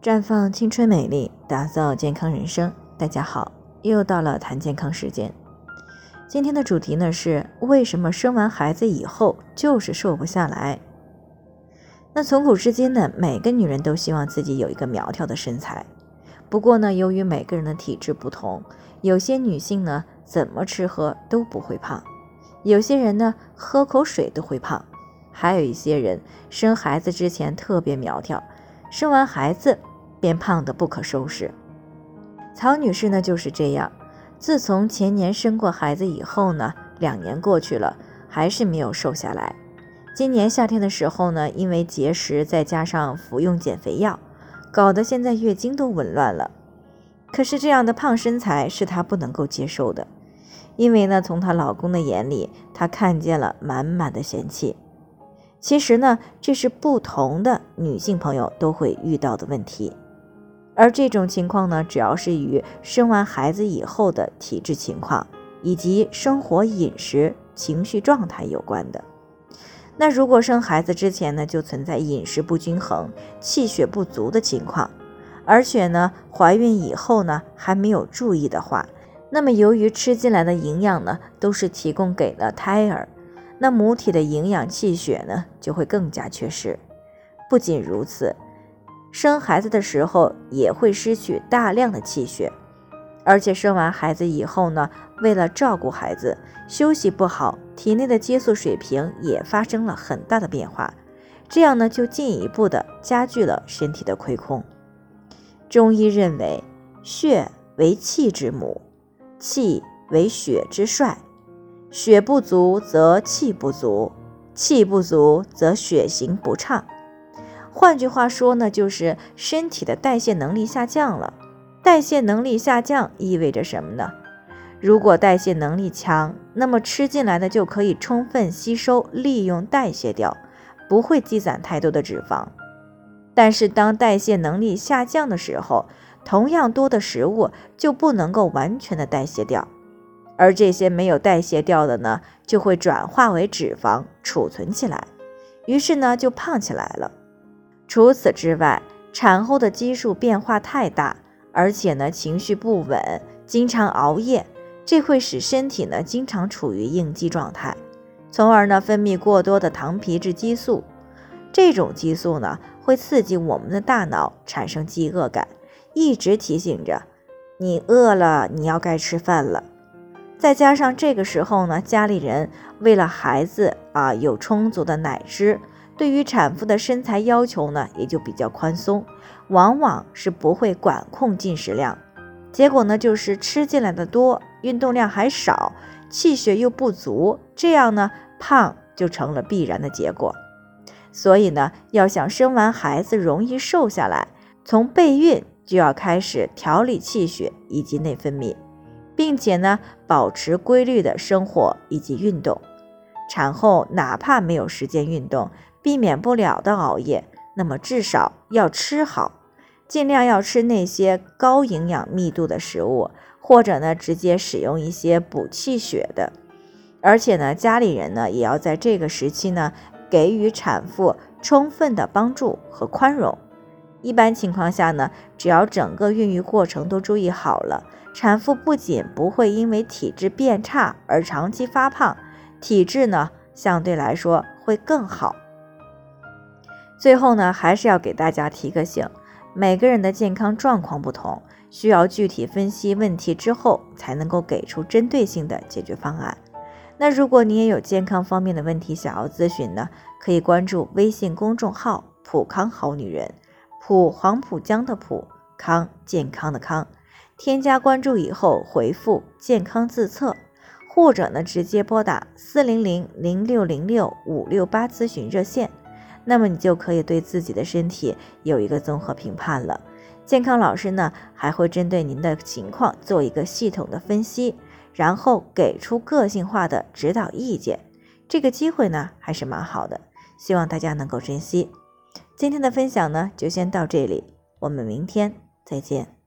绽放青春美丽，打造健康人生。大家好，又到了谈健康时间。今天的主题呢是为什么生完孩子以后就是瘦不下来。那从古至今呢，每个女人都希望自己有一个苗条的身材。不过呢，由于每个人的体质不同，有些女性呢怎么吃喝都不会胖，有些人呢喝口水都会胖，还有一些人生孩子之前特别苗条，生完孩子便胖得不可收拾。曹女士呢就是这样，自从前年生过孩子以后呢，2年过去了，还是没有瘦下来。今年夏天的时候呢，因为节食再加上服用减肥药，搞得现在月经都紊乱了。可是这样的胖身材是她不能够接受的，因为呢，从她老公的眼里，她看见了满满的嫌弃。其实呢，这是不同的女性朋友都会遇到的问题。而这种情况呢，主要是与生完孩子以后的体质情况，以及生活饮食、情绪状态有关的。那如果生孩子之前呢，就存在饮食不均衡、气血不足的情况，而且呢，怀孕以后呢，还没有注意的话，那么由于吃进来的营养呢，都是提供给了胎儿，那母体的营养气血呢，就会更加缺失。不仅如此，生孩子的时候也会失去大量的气血，而且生完孩子以后呢，为了照顾孩子，休息不好，体内的激素水平也发生了很大的变化，这样呢，就进一步的加剧了身体的亏空。中医认为，血为气之母，气为血之帅，血不足则气不足，气不足则血行不畅。换句话说呢，就是身体的代谢能力下降了。代谢能力下降意味着什么呢？如果代谢能力强，那么吃进来的就可以充分吸收、利用、代谢掉，不会积攒太多的脂肪。但是当代谢能力下降的时候，同样多的食物就不能够完全的代谢掉，而这些没有代谢掉的呢，就会转化为脂肪储存起来，于是呢就胖起来了。除此之外，产后的激素变化太大，而且呢情绪不稳，经常熬夜，这会使身体呢经常处于应激状态，从而呢分泌过多的糖皮质激素。这种激素呢会刺激我们的大脑产生饥饿感，一直提醒着你饿了，你要该吃饭了。再加上这个时候呢，家里人为了孩子有充足的奶汁，对于产妇的身材要求呢也就比较宽松，往往是不会管控进食量，结果呢就是吃进来的多，运动量还少，气血又不足，这样呢胖就成了必然的结果。所以呢，要想生完孩子容易瘦下来，从备孕就要开始调理气血以及内分泌，并且呢保持规律的生活以及运动。产后哪怕没有时间运动，避免不了的熬夜，那么至少要吃好，尽量要吃那些高营养密度的食物，或者呢直接使用一些补气血的。而且呢，家里人呢也要在这个时期呢给予产妇充分的帮助和宽容。一般情况下呢，只要整个孕育过程都注意好了，产妇不仅不会因为体质变差而长期发胖，体质呢相对来说会更好。最后呢，还是要给大家提个醒，每个人的健康状况不同，需要具体分析问题之后才能够给出针对性的解决方案。那如果你也有健康方面的问题想要咨询呢，可以关注微信公众号普康好女人，普黄浦江的普，康健康的康，添加关注以后回复健康自测，或者呢直接拨打400-0606-568咨询热线，那么你就可以对自己的身体有一个综合评判了。健康老师呢还会针对您的情况做一个系统的分析，然后给出个性化的指导意见。这个机会呢还是蛮好的，希望大家能够珍惜。今天的分享呢就先到这里，我们明天再见。